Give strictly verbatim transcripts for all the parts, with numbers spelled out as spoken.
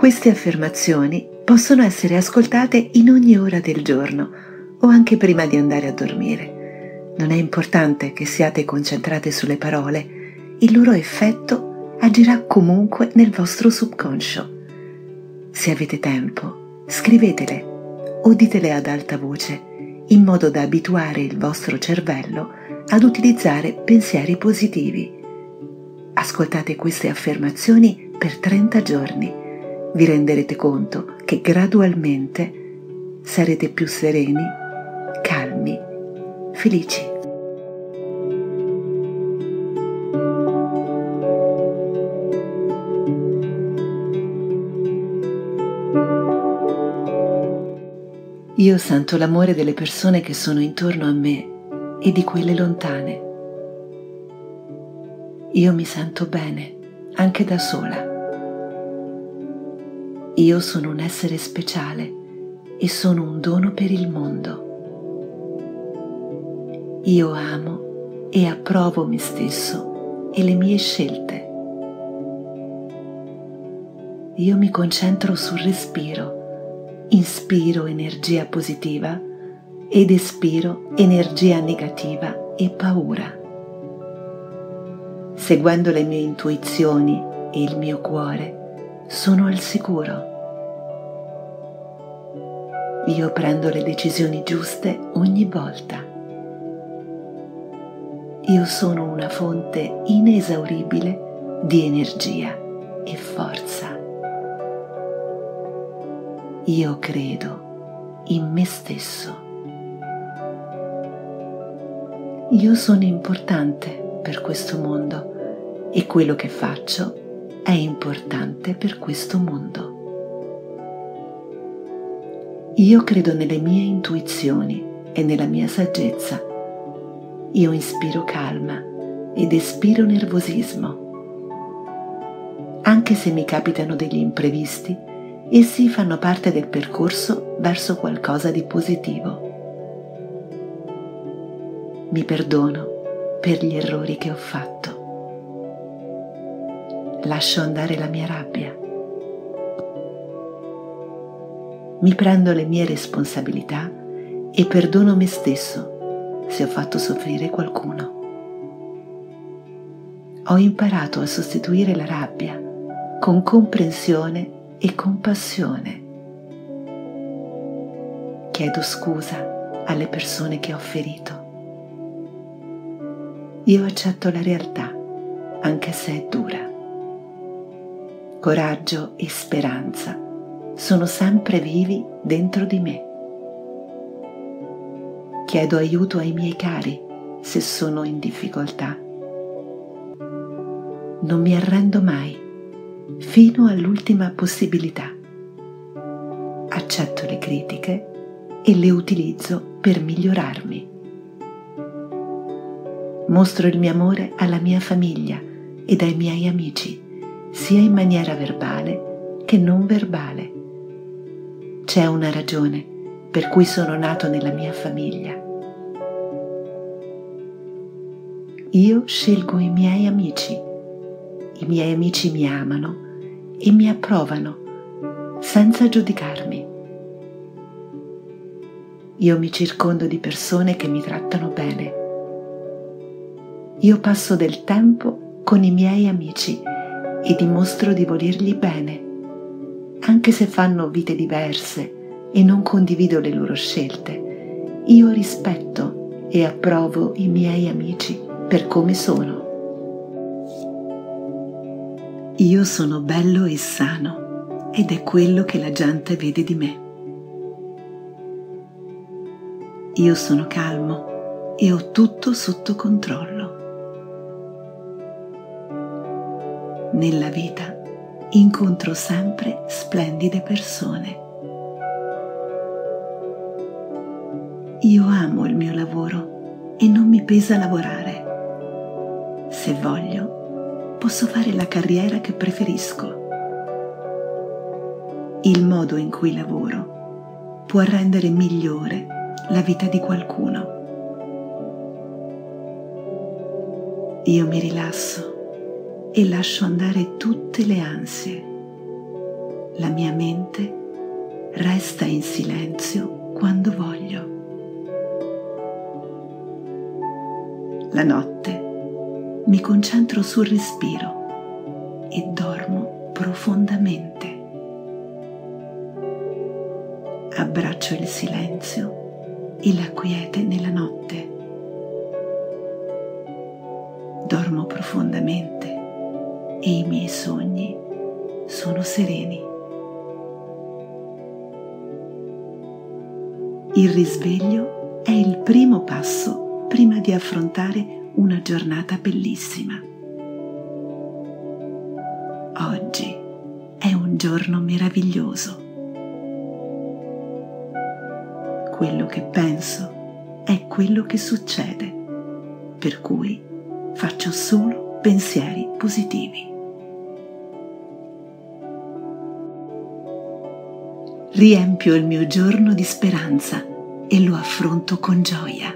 Queste affermazioni possono essere ascoltate in ogni ora del giorno o anche prima di andare a dormire. Non è importante che siate concentrate sulle parole, il loro effetto agirà comunque nel vostro subconscio. Se avete tempo, scrivetele o ditele ad alta voce, in modo da abituare il vostro cervello ad utilizzare pensieri positivi. Ascoltate queste affermazioni per trenta giorni. Vi renderete conto che gradualmente sarete più sereni, calmi, felici. Io sento l'amore delle persone che sono intorno a me e di quelle lontane. Io mi sento bene, anche da sola. Io sono un essere speciale e sono un dono per il mondo. Io amo e approvo me stesso e le mie scelte. Io mi concentro sul respiro. Inspiro energia positiva ed espiro energia negativa e paura. Seguendo le mie intuizioni e il mio cuore, sono al sicuro. Io prendo le decisioni giuste ogni volta. Io sono una fonte inesauribile di energia e forza. Io credo in me stesso. Io sono importante per questo mondo e quello che faccio è importante per questo mondo. Io credo nelle mie intuizioni e nella mia saggezza. Io ispiro calma ed espiro nervosismo. Anche se mi capitano degli imprevisti, essi fanno parte del percorso verso qualcosa di positivo. Mi perdono per gli errori che ho fatto. Lascio andare la mia rabbia. Mi prendo le mie responsabilità e perdono me stesso se ho fatto soffrire qualcuno. Ho imparato a sostituire la rabbia con comprensione e compassione. Chiedo scusa alle persone che ho ferito. Io accetto la realtà, anche se è dura. Coraggio e speranza sono sempre vivi dentro di me. Chiedo aiuto ai miei cari se sono in difficoltà. Non mi arrendo mai, fino all'ultima possibilità. Accetto le critiche e le utilizzo per migliorarmi. Mostro il mio amore alla mia famiglia ed ai miei amici, sia in maniera verbale che non verbale. C'è una ragione per cui sono nato nella mia famiglia. Io scelgo i miei amici. I miei amici mi amano e mi approvano senza giudicarmi. Io mi circondo di persone che mi trattano bene. Io passo del tempo con i miei amici e dimostro di volergli bene, anche se fanno vite diverse e non condivido le loro scelte. Io rispetto e approvo i miei amici per come sono. Io sono bello e sano ed è quello che la gente vede di me. Io sono calmo e ho tutto sotto controllo. Nella vita incontro sempre splendide persone. Io amo il mio lavoro e non mi pesa lavorare. Se voglio, posso fare la carriera che preferisco. Il modo in cui lavoro può rendere migliore la vita di qualcuno. Io mi rilasso e lascio andare tutte le ansie. La mia mente resta in silenzio quando voglio. La notte mi concentro sul respiro e dormo profondamente. Abbraccio il silenzio e la quiete nella notte. Dormo profondamente e i miei sogni sono sereni. Il risveglio è il primo passo prima di affrontare una giornata bellissima. Oggi è un giorno meraviglioso. Quello che penso è quello che succede, per cui faccio solo pensieri positivi. Riempio il mio giorno di speranza e lo affronto con gioia.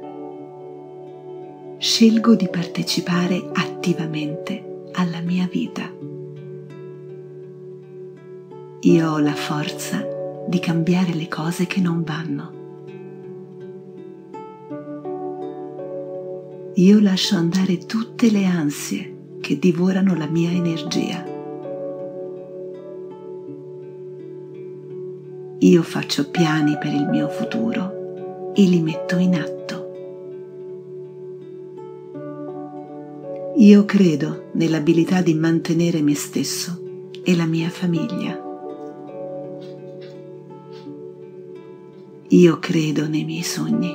Scelgo di partecipare attivamente alla mia vita. Io ho la forza di cambiare le cose che non vanno. Io lascio andare tutte le ansie che divorano la mia energia. Io faccio piani per il mio futuro e li metto in atto. Io credo nell'abilità di mantenere me stesso e la mia famiglia. Io credo nei miei sogni.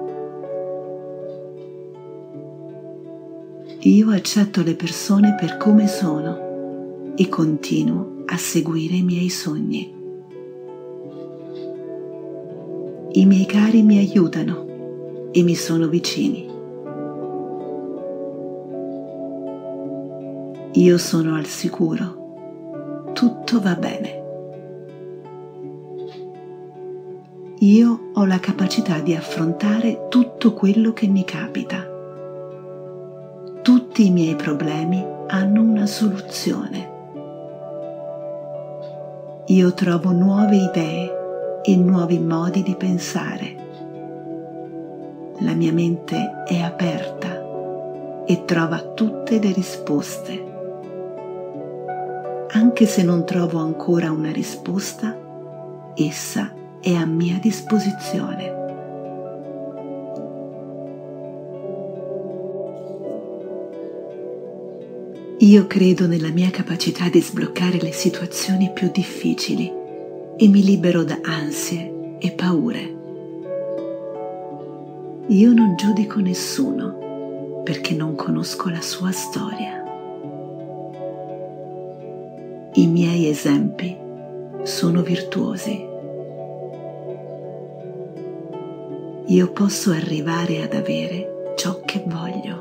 Io accetto le persone per come sono e continuo a seguire i miei sogni. I miei cari mi aiutano e mi sono vicini. Io sono al sicuro. Tutto va bene. Io ho la capacità di affrontare tutto quello che mi capita. Tutti i miei problemi hanno una soluzione. Io trovo nuove idee e nuovi modi di pensare. La mia mente è aperta e trova tutte le risposte. Anche se non trovo ancora una risposta, essa è a mia disposizione. Io credo nella mia capacità di sbloccare le situazioni più difficili e mi libero da ansie e paure. Io non giudico nessuno perché non conosco la sua storia. I miei esempi sono virtuosi. Io posso arrivare ad avere ciò che voglio.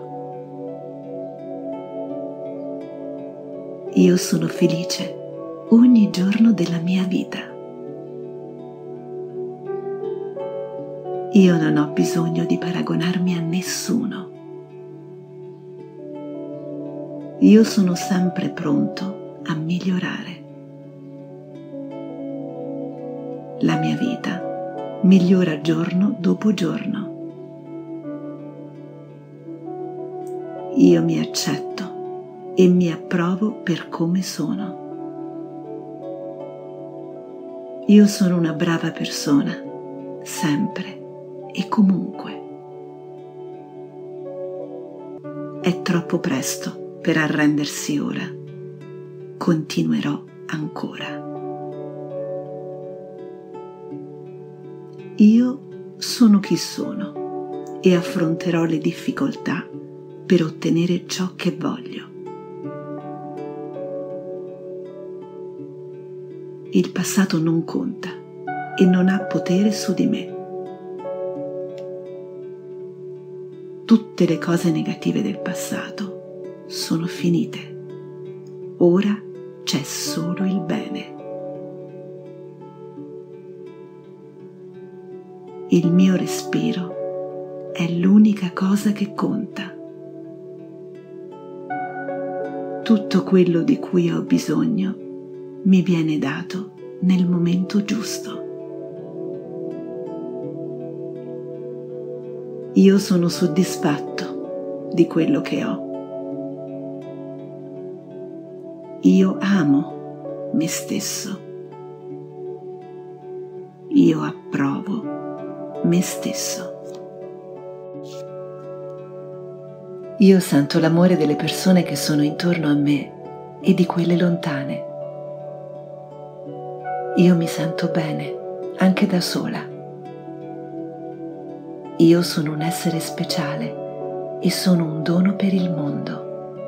Io sono felice ogni giorno della mia vita. Io non ho bisogno di paragonarmi a nessuno. Io sono sempre pronto a migliorare. La mia vita migliora giorno dopo giorno. Io mi accetto e mi approvo per come sono. Io sono una brava persona, sempre e comunque. È troppo presto per arrendersi ora. Continuerò ancora. Io sono chi sono e affronterò le difficoltà per ottenere ciò che voglio. Il passato non conta e non ha potere su di me. Tutte le cose negative del passato sono finite. Ora c'è solo il bene. Il mio respiro è l'unica cosa che conta. Tutto quello di cui ho bisogno mi viene dato nel momento giusto. Io sono soddisfatto di quello che ho. Io amo me stesso. Io approvo me stesso. Io sento l'amore delle persone che sono intorno a me e di quelle lontane. Io mi sento bene, anche da sola. Io sono un essere speciale e sono un dono per il mondo.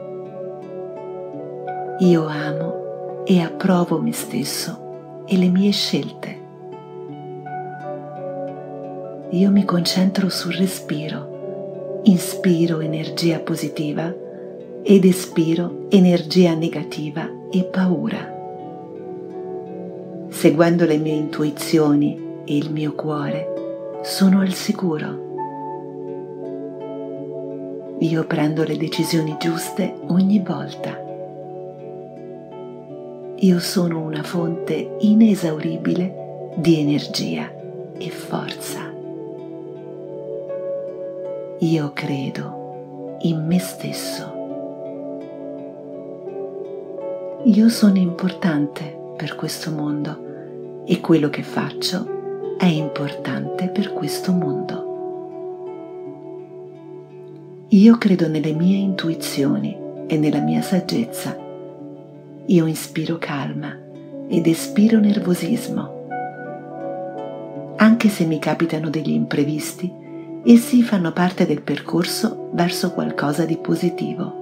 Io amo e approvo me stesso e le mie scelte. Io mi concentro sul respiro, inspiro energia positiva ed espiro energia negativa e paura. Seguendo le mie intuizioni e il mio cuore, sono al sicuro. Io prendo le decisioni giuste ogni volta. Io sono una fonte inesauribile di energia e forza. Io credo in me stesso. Io sono importante per questo mondo e quello che faccio è importante per questo mondo. Io credo nelle mie intuizioni e nella mia saggezza. Io inspiro calma ed espiro nervosismo. Anche se mi capitano degli imprevisti, essi fanno parte del percorso verso qualcosa di positivo.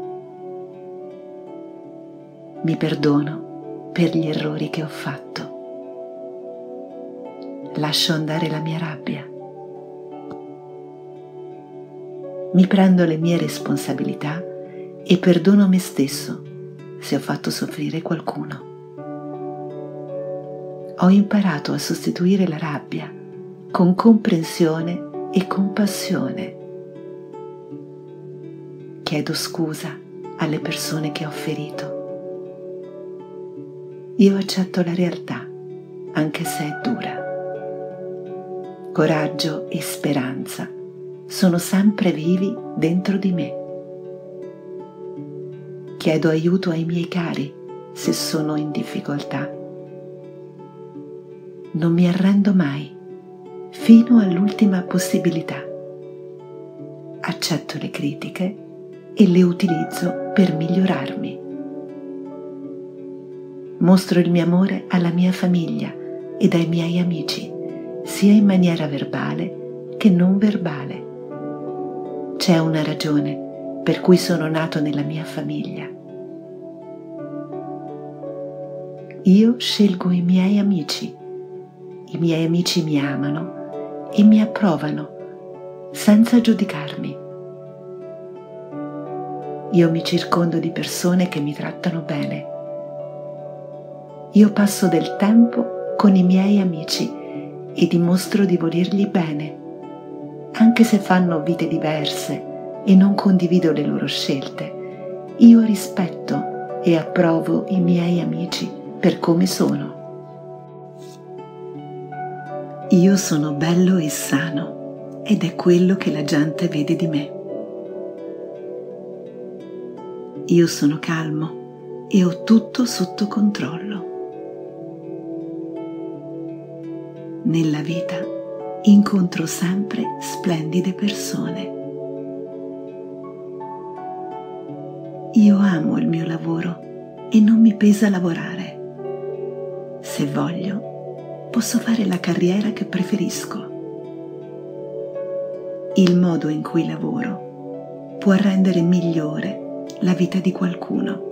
Mi perdono per gli errori che ho fatto. Lascio andare la mia rabbia. Mi prendo le mie responsabilità e perdono me stesso se ho fatto soffrire qualcuno. Ho imparato a sostituire la rabbia con comprensione e compassione. Chiedo scusa alle persone che ho ferito. Io accetto la realtà, anche se è dura. Coraggio e speranza sono sempre vivi dentro di me. Chiedo aiuto ai miei cari se sono in difficoltà. Non mi arrendo mai, fino all'ultima possibilità. Accetto le critiche e le utilizzo per migliorarmi. Mostro il mio amore alla mia famiglia ed ai miei amici, sia in maniera verbale che non verbale. C'è una ragione per cui sono nato nella mia famiglia. Io scelgo i miei amici. I miei amici mi amano e mi approvano senza giudicarmi. Io mi circondo di persone che mi trattano bene. Io passo del tempo con i miei amici e dimostro di volergli bene, anche se fanno vite diverse e non condivido le loro scelte. Io rispetto e approvo i miei amici per come sono. Io sono bello e sano ed è quello che la gente vede di me. Io sono calmo e ho tutto sotto controllo. Nella vita incontro sempre splendide persone. Io amo il mio lavoro e non mi pesa lavorare. Se voglio, posso fare la carriera che preferisco. Il modo in cui lavoro può rendere migliore la vita di qualcuno.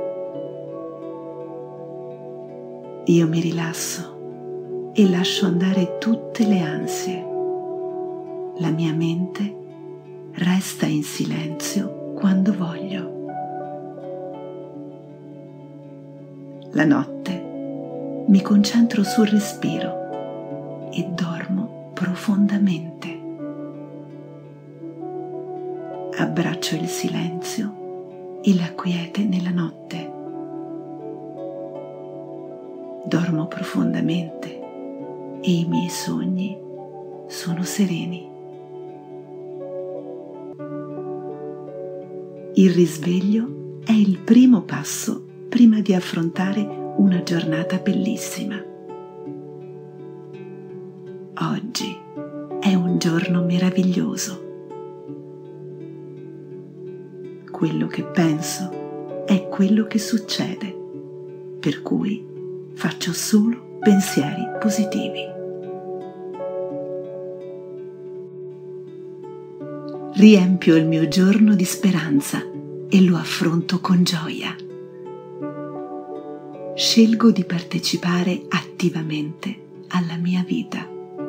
Io mi rilasso e lascio andare tutte le ansie. La mia mente resta in silenzio quando voglio. La notte mi concentro sul respiro e dormo profondamente. Abbraccio il silenzio e la quiete nella notte. dormo profondamente e i miei sogni sono sereni. Il risveglio è il primo passo prima di affrontare una giornata bellissima. Oggi è un giorno meraviglioso. Quello che penso è quello che succede, per cui faccio solo pensieri positivi. Riempio il mio giorno di speranza e lo affronto con gioia. Scelgo di partecipare attivamente alla mia vita.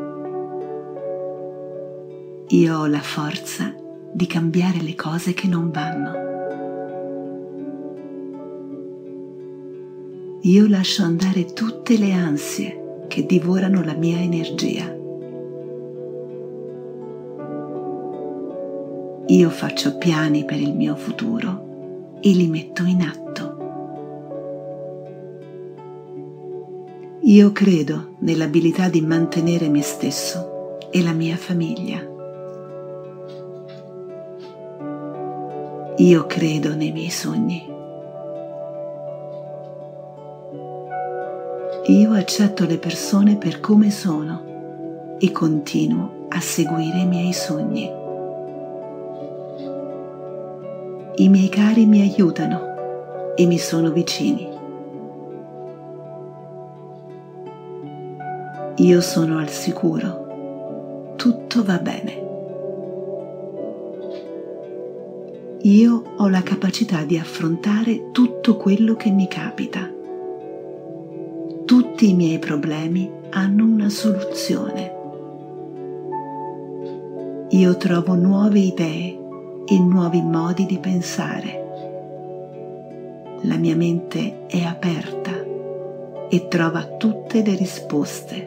Io ho la forza di cambiare le cose che non vanno. Io lascio andare tutte le ansie che divorano la mia energia. Io faccio piani per il mio futuro e li metto in atto. Io credo nell'abilità di mantenere me stesso e la mia famiglia. Io credo nei miei sogni. Io accetto le persone per come sono e continuo a seguire i miei sogni. I miei cari mi aiutano e mi sono vicini. Io sono al sicuro. Tutto va bene. Io ho la capacità di affrontare tutto quello che mi capita. Tutti i miei problemi hanno una soluzione. Io trovo nuove idee e nuovi modi di pensare. La mia mente è aperta e trova tutte le risposte.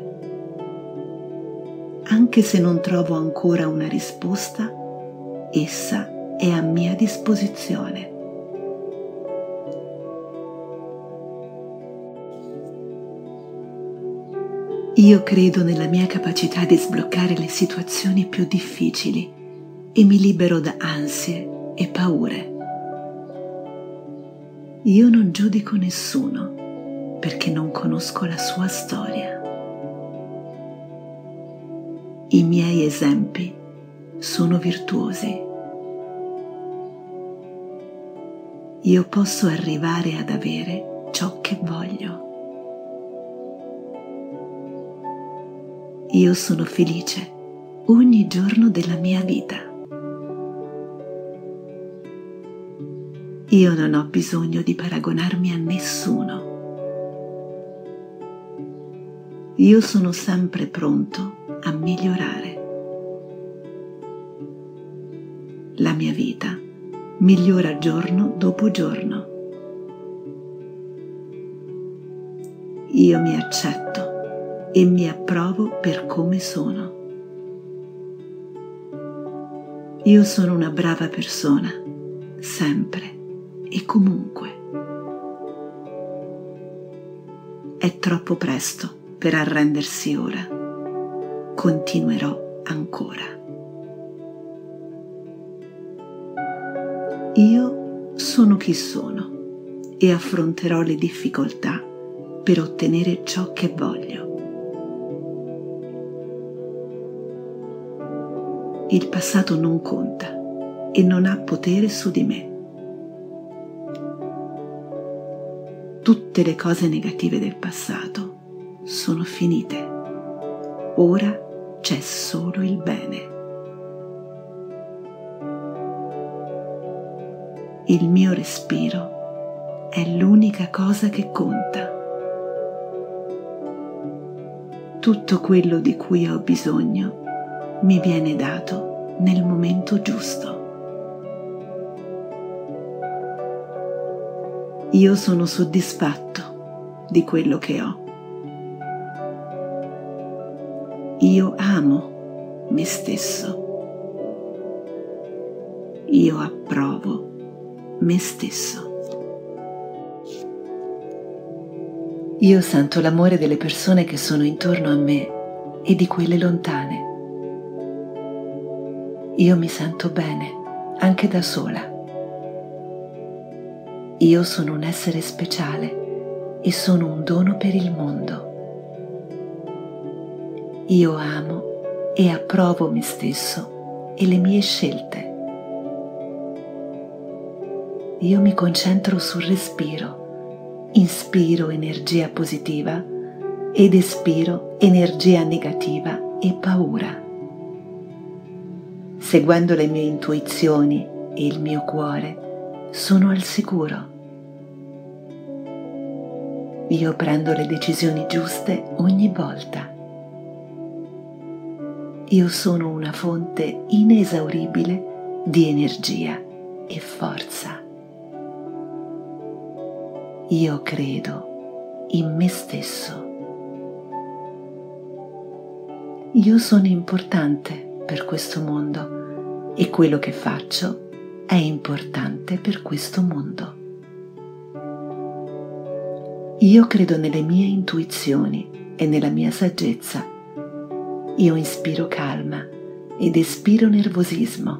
Anche se non trovo ancora una risposta, essa è a mia disposizione. Io credo nella mia capacità di sbloccare le situazioni più difficili e mi libero da ansie e paure. Io non giudico nessuno perché non conosco la sua storia. I miei esempi sono virtuosi. Io posso arrivare ad avere ciò che voglio. Io sono felice ogni giorno della mia vita. Io non ho bisogno di paragonarmi a nessuno. Io sono sempre pronto a migliorare. La mia vita migliora giorno dopo giorno. Io mi accetto e mi approvo per come sono. Io sono una brava persona, sempre e comunque. È troppo presto per arrendersi ora. Continuerò ancora. Io sono chi sono e affronterò le difficoltà per ottenere ciò che voglio. Il passato non conta e non ha potere su di me. Tutte le cose negative del passato sono finite. Ora c'è solo il bene. Il mio respiro è l'unica cosa che conta. Tutto quello di cui ho bisogno mi viene dato nel momento giusto. Io sono soddisfatto di quello che ho. Io amo me stesso. Io approvo me stesso. Io sento l'amore delle persone che sono intorno a me e di quelle lontane. Io mi sento bene, anche da sola. Io sono un essere speciale e sono un dono per il mondo. Io amo e approvo me stesso e le mie scelte. Io mi concentro sul respiro. Inspiro energia positiva ed espiro energia negativa e paura. Seguendo le mie intuizioni e il mio cuore, sono al sicuro. Io prendo le decisioni giuste ogni volta. Io sono una fonte inesauribile di energia e forza. Io credo in me stesso. Io sono importante per questo mondo e quello che faccio è importante per questo mondo. Io credo nelle mie intuizioni e nella mia saggezza. Io inspiro calma ed espiro nervosismo.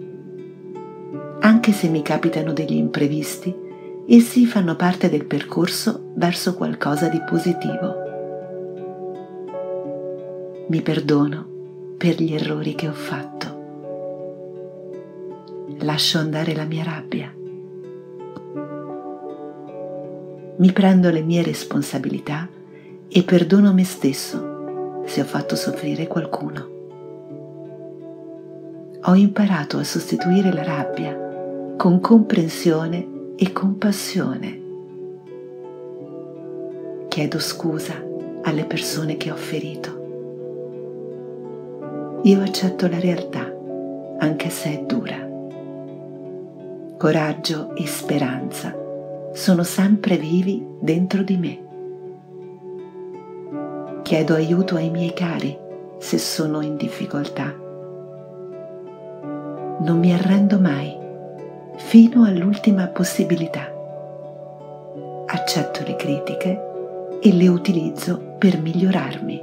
Anche se mi capitano degli imprevisti, essi fanno parte del percorso verso qualcosa di positivo. Mi perdono per gli errori che ho fatto. Lascio andare la mia rabbia. Mi prendo le mie responsabilità e perdono me stesso se ho fatto soffrire qualcuno. Ho imparato a sostituire la rabbia con comprensione e compassione. Chiedo scusa alle persone che ho ferito. Io accetto la realtà, anche se è dura. Coraggio e speranza sono sempre vivi dentro di me. Chiedo aiuto ai miei cari se sono in difficoltà. Non mi arrendo mai, fino all'ultima possibilità. Accetto le critiche e le utilizzo per migliorarmi.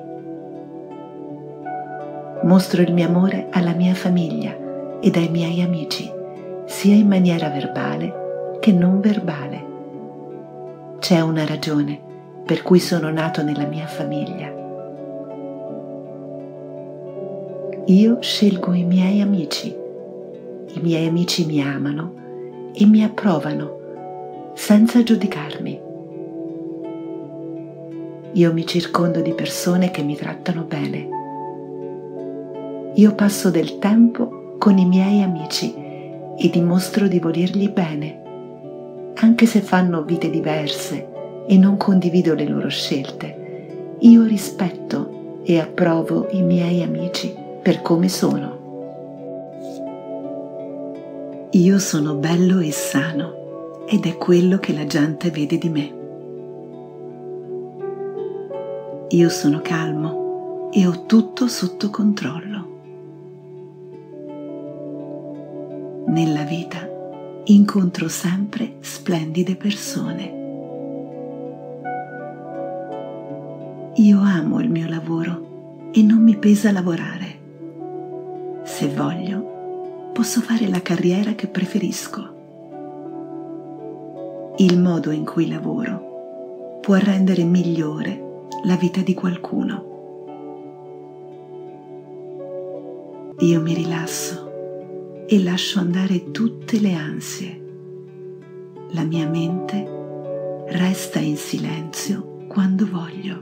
Mostro il mio amore alla mia famiglia ed ai miei amici, sia in maniera verbale che non verbale. C'è una ragione per cui sono nato nella mia famiglia. Io scelgo i miei amici. I miei amici mi amano e mi approvano senza giudicarmi. Io mi circondo di persone che mi trattano bene. Io passo del tempo con i miei amici e dimostro di volergli bene, anche se fanno vite diverse e non condivido le loro scelte. Io rispetto e approvo i miei amici per come sono. Io sono bello e sano ed è quello che la gente vede di me. Io sono calmo e ho tutto sotto controllo. Nella vita incontro sempre splendide persone. Io amo il mio lavoro e non mi pesa lavorare. Se voglio, posso fare la carriera che preferisco. Il modo in cui lavoro può rendere migliore la vita di qualcuno. Io mi rilasso e lascio andare tutte le ansie. La mia mente resta in silenzio quando voglio.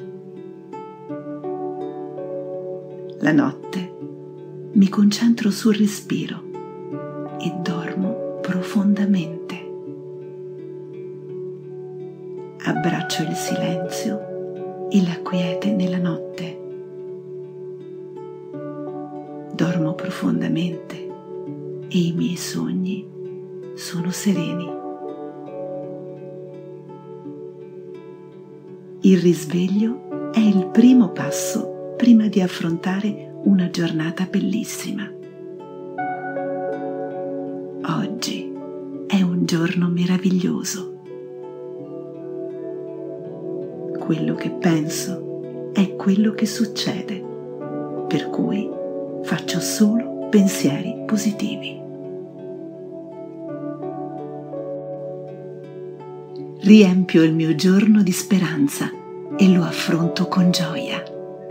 La notte mi concentro sul respiro e dormo profondamente. Abbraccio il silenzio e la quiete nella notte. Dormo profondamente e i miei sogni sono sereni. Il risveglio è il primo passo prima di affrontare una giornata bellissima. Oggi è un giorno meraviglioso. quello che penso è quello che succede, per cui faccio solo pensieri positivi. Riempio il mio giorno di speranza e lo affronto con gioia.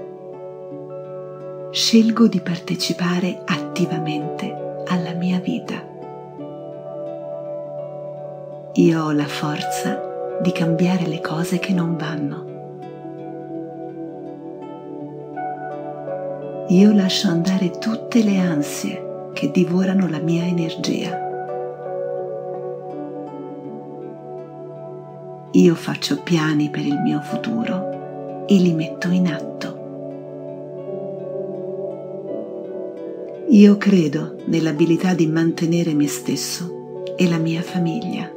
Scelgo di partecipare attivamente alla mia vita. Io ho la forza di cambiare le cose che non vanno. Io lascio andare tutte le ansie che divorano la mia energia. Io faccio piani per il mio futuro e li metto in atto. Io credo nell'abilità di mantenere me stesso e la mia famiglia.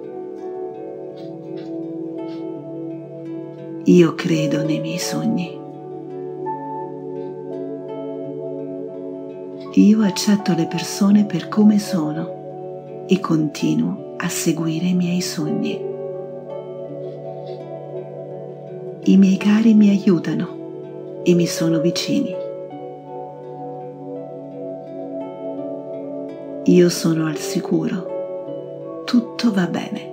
Io credo nei miei sogni. Io accetto le persone per come sono e continuo a seguire i miei sogni. I miei cari mi aiutano e mi sono vicini. Io sono al sicuro. Tutto va bene.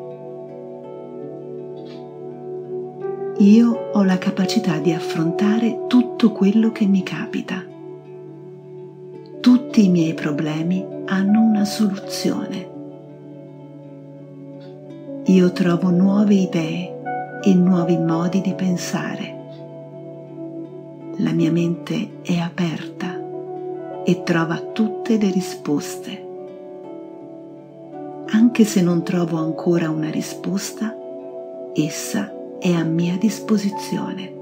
Io ho la capacità di affrontare tutto quello che mi capita. Tutti i miei problemi hanno una soluzione. Io trovo nuove idee e nuovi modi di pensare. La mia mente è aperta e trova tutte le risposte. Anche se non trovo ancora una risposta, essa è a mia disposizione.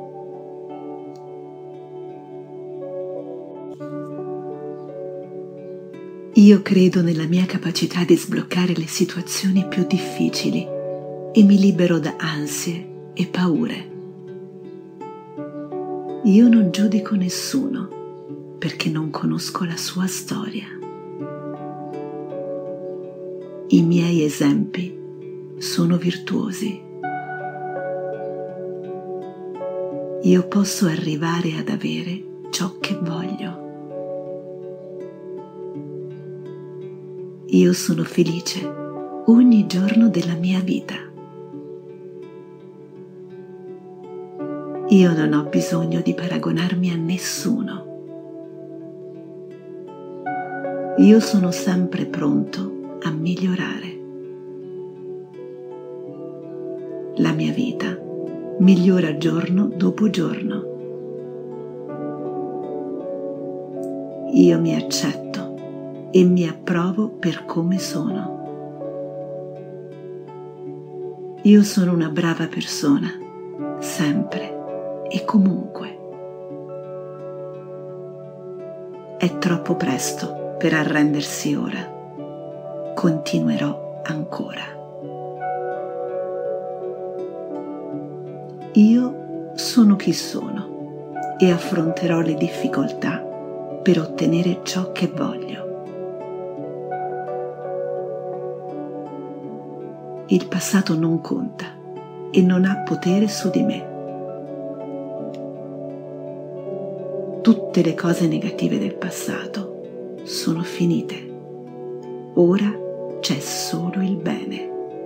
Io credo nella mia capacità di sbloccare le situazioni più difficili e mi libero da ansie e paure. Io non giudico nessuno perché non conosco la sua storia. I miei esempi sono virtuosi. Io posso arrivare ad avere ciò che voglio. Io sono felice ogni giorno della mia vita. Io non ho bisogno di paragonarmi a nessuno. Io sono sempre pronto a migliorare. La mia vita migliora giorno dopo giorno. Io mi accetto e mi approvo per come sono. Io sono una brava persona, sempre e comunque. È troppo presto per arrendersi ora. Continuerò ancora. Io sono chi sono e affronterò le difficoltà per ottenere ciò che voglio. Il passato non conta e non ha potere su di me. Tutte le cose negative del passato sono finite. Ora c'è solo il bene.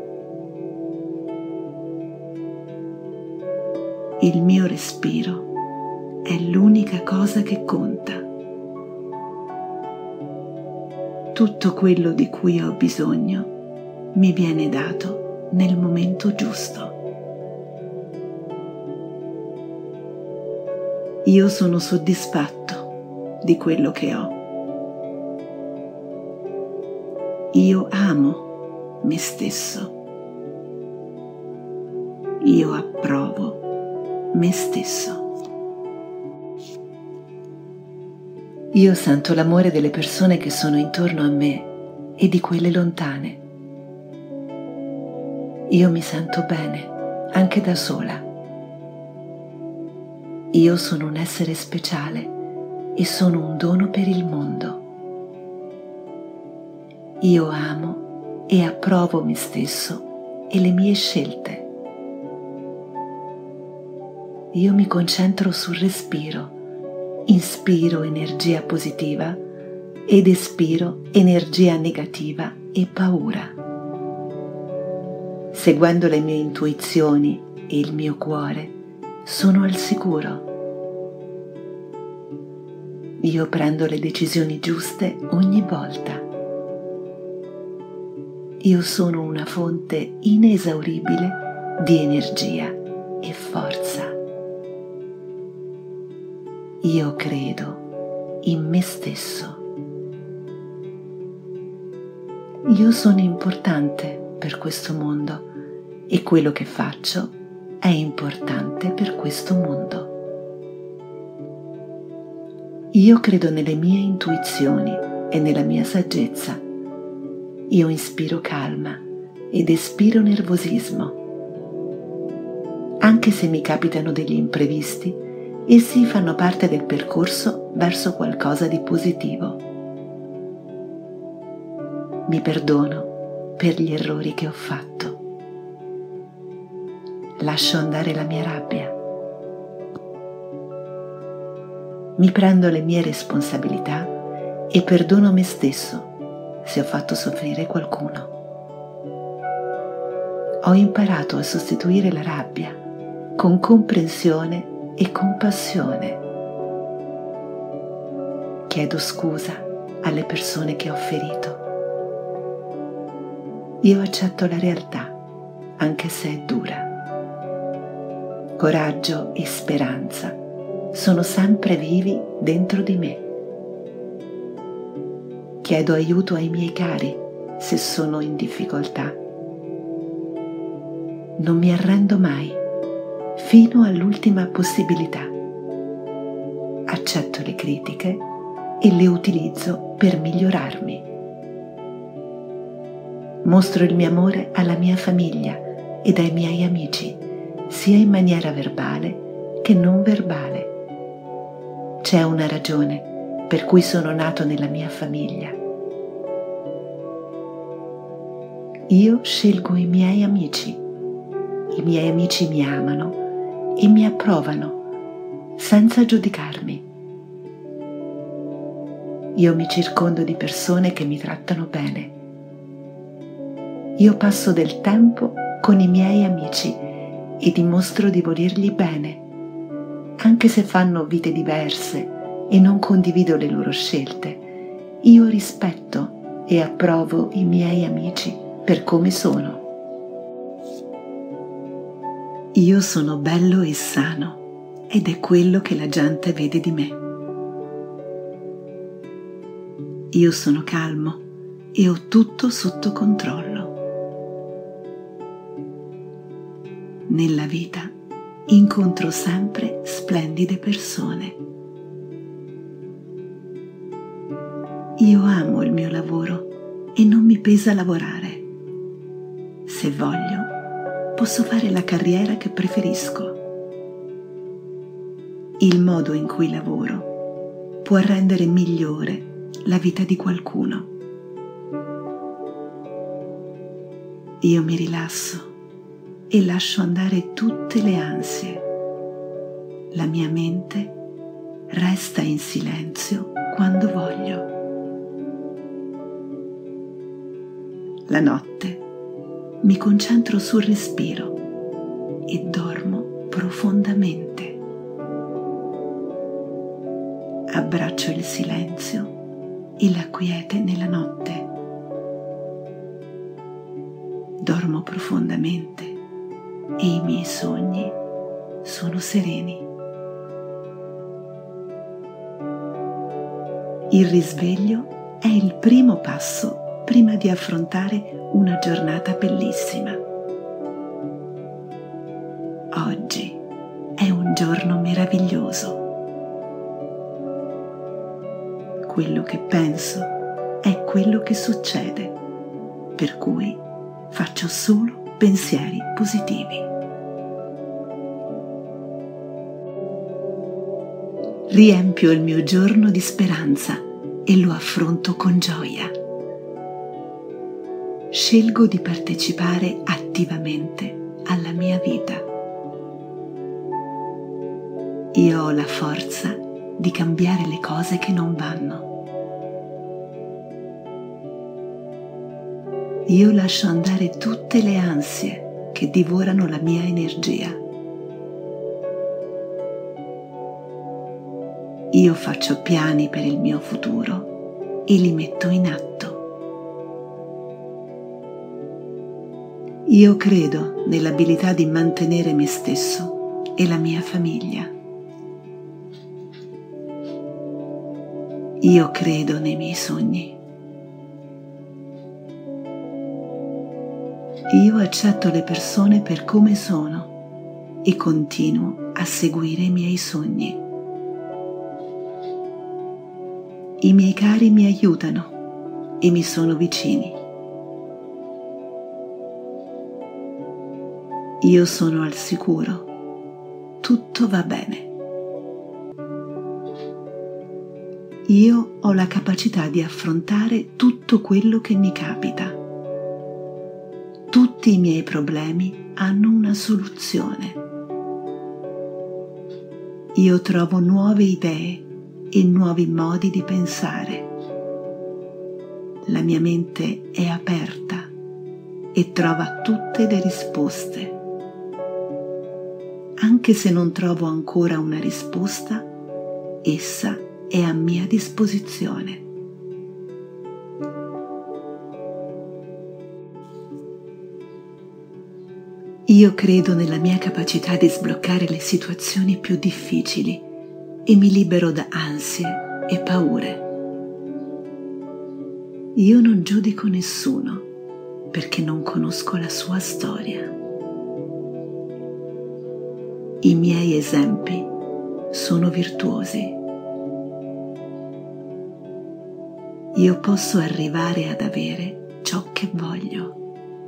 Il mio respiro è l'unica cosa che conta. Tutto quello di cui ho bisogno mi viene dato nel momento giusto. Io sono soddisfatto di quello che ho. Io amo me stesso. Io approvo me stesso. Io sento l'amore delle persone che sono intorno a me e di quelle lontane. Io mi sento bene, anche da sola. Io sono un essere speciale e sono un dono per il mondo. Io amo e approvo me stesso e le mie scelte. io mi concentro sul respiro, inspiro energia positiva ed espiro energia negativa e paura. Seguendo le mie intuizioni e il mio cuore, sono al sicuro. Io prendo le decisioni giuste ogni volta. Io sono una fonte inesauribile di energia e forza. Io credo in me stesso. Io sono importante per questo mondo e quello che faccio è importante per questo mondo. Io credo nelle mie intuizioni e nella mia saggezza. Io inspiro calma ed espiro nervosismo. Anche se mi capitano degli imprevisti, essi fanno parte del percorso verso qualcosa di positivo. Mi perdono per gli errori che ho fatto. Lascio andare la mia rabbia. Mi prendo le mie responsabilità e perdono me stesso se ho fatto soffrire qualcuno. Ho imparato a sostituire la rabbia con comprensione e compassione. Chiedo scusa alle persone che ho ferito. Io accetto la realtà, anche se è dura. Coraggio e speranza sono sempre vivi dentro di me. Chiedo aiuto ai miei cari se sono in difficoltà. Non mi arrendo mai, fino all'ultima possibilità. Accetto le critiche e le utilizzo per migliorarmi. Mostro il mio amore alla mia famiglia ed ai miei amici, sia in maniera verbale che non verbale. C'è una ragione per cui sono nato nella mia famiglia. Io scelgo i miei amici. I miei amici mi amano e mi approvano senza giudicarmi. Io mi circondo di persone che mi trattano bene. Io passo del tempo con i miei amici e dimostro di volergli bene, anche se fanno vite diverse e non condivido le loro scelte. Io rispetto e approvo i miei amici per come sono. Io sono bello e sano ed è quello che la gente vede di me. Io sono calmo e ho tutto sotto controllo. Nella vita incontro sempre splendide persone. Io amo il mio lavoro e non mi pesa lavorare. Se voglio, posso fare la carriera che preferisco. Il modo in cui lavoro può rendere migliore la vita di qualcuno. Io mi rilasso e lascio andare tutte le ansie. La mia mente resta in silenzio quando voglio. La notte mi concentro sul respiro e dormo profondamente. Abbraccio il silenzio e la quiete nella notte. Dormo profondamente e i miei sogni sono sereni. Il risveglio è il primo passo prima di affrontare una giornata bellissima. Oggi è un giorno meraviglioso. Quello che penso è quello che succede, per cui faccio solo pensieri positivi. Riempio il mio giorno di speranza e lo affronto con gioia. Scelgo di partecipare attivamente alla mia vita. Io ho la forza di cambiare le cose che non vanno. Io lascio andare tutte le ansie che divorano la mia energia. Io faccio piani per il mio futuro e li metto in atto. Io credo nell'abilità di mantenere me stesso e la mia famiglia. Io credo nei miei sogni. Io accetto le persone per come sono e continuo a seguire i miei sogni. I miei cari mi aiutano e mi sono vicini. Io sono al sicuro. Tutto va bene. Io ho la capacità di affrontare tutto quello che mi capita. Tutti i miei problemi hanno una soluzione. Io trovo nuove idee e nuovi modi di pensare. La mia mente è aperta e trova tutte le risposte. Anche se non trovo ancora una risposta, essa è a mia disposizione. Io credo nella mia capacità di sbloccare le situazioni più difficili e mi libero da ansie e paure. Io non giudico nessuno perché non conosco la sua storia. I miei esempi sono virtuosi. Io posso arrivare ad avere ciò che voglio.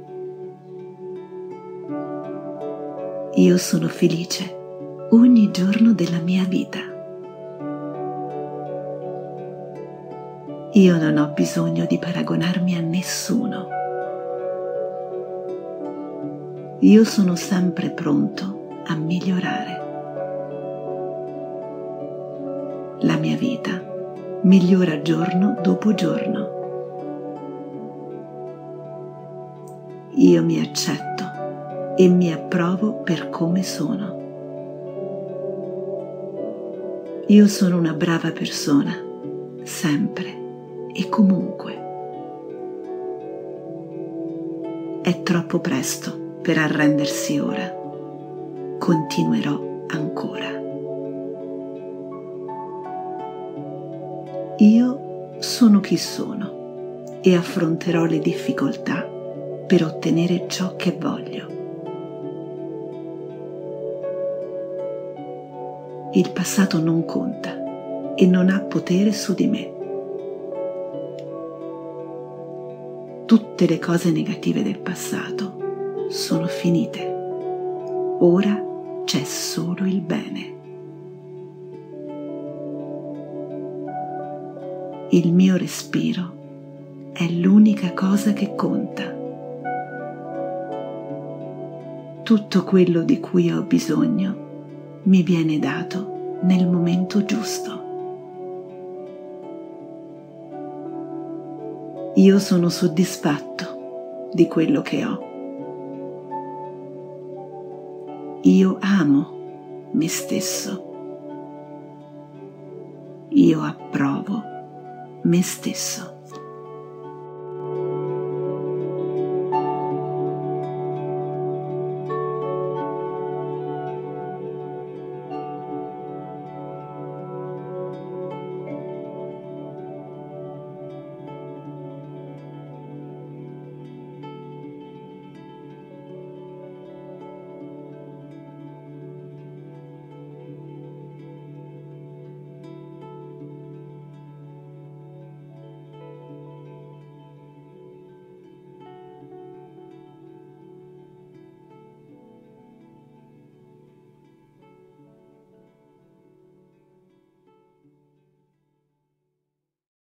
Io sono felice ogni giorno della mia vita. Io non ho bisogno di paragonarmi a nessuno. Io sono sempre pronto a migliorare. La mia vita migliora giorno dopo giorno. Io mi accetto e mi approvo per come sono. Io sono una brava persona, sempre e comunque. È troppo presto per arrendersi ora. Continuerò ancora. Io sono chi sono e affronterò le difficoltà per ottenere ciò che voglio. Il passato non conta e non ha potere su di me. Tutte le cose negative del passato sono finite. Ora c'è solo il bene. Il mio respiro è l'unica cosa che conta. Tutto quello di cui ho bisogno mi viene dato nel momento giusto. Io sono soddisfatto di quello che ho. Io amo me stesso. Io approvo me stesso.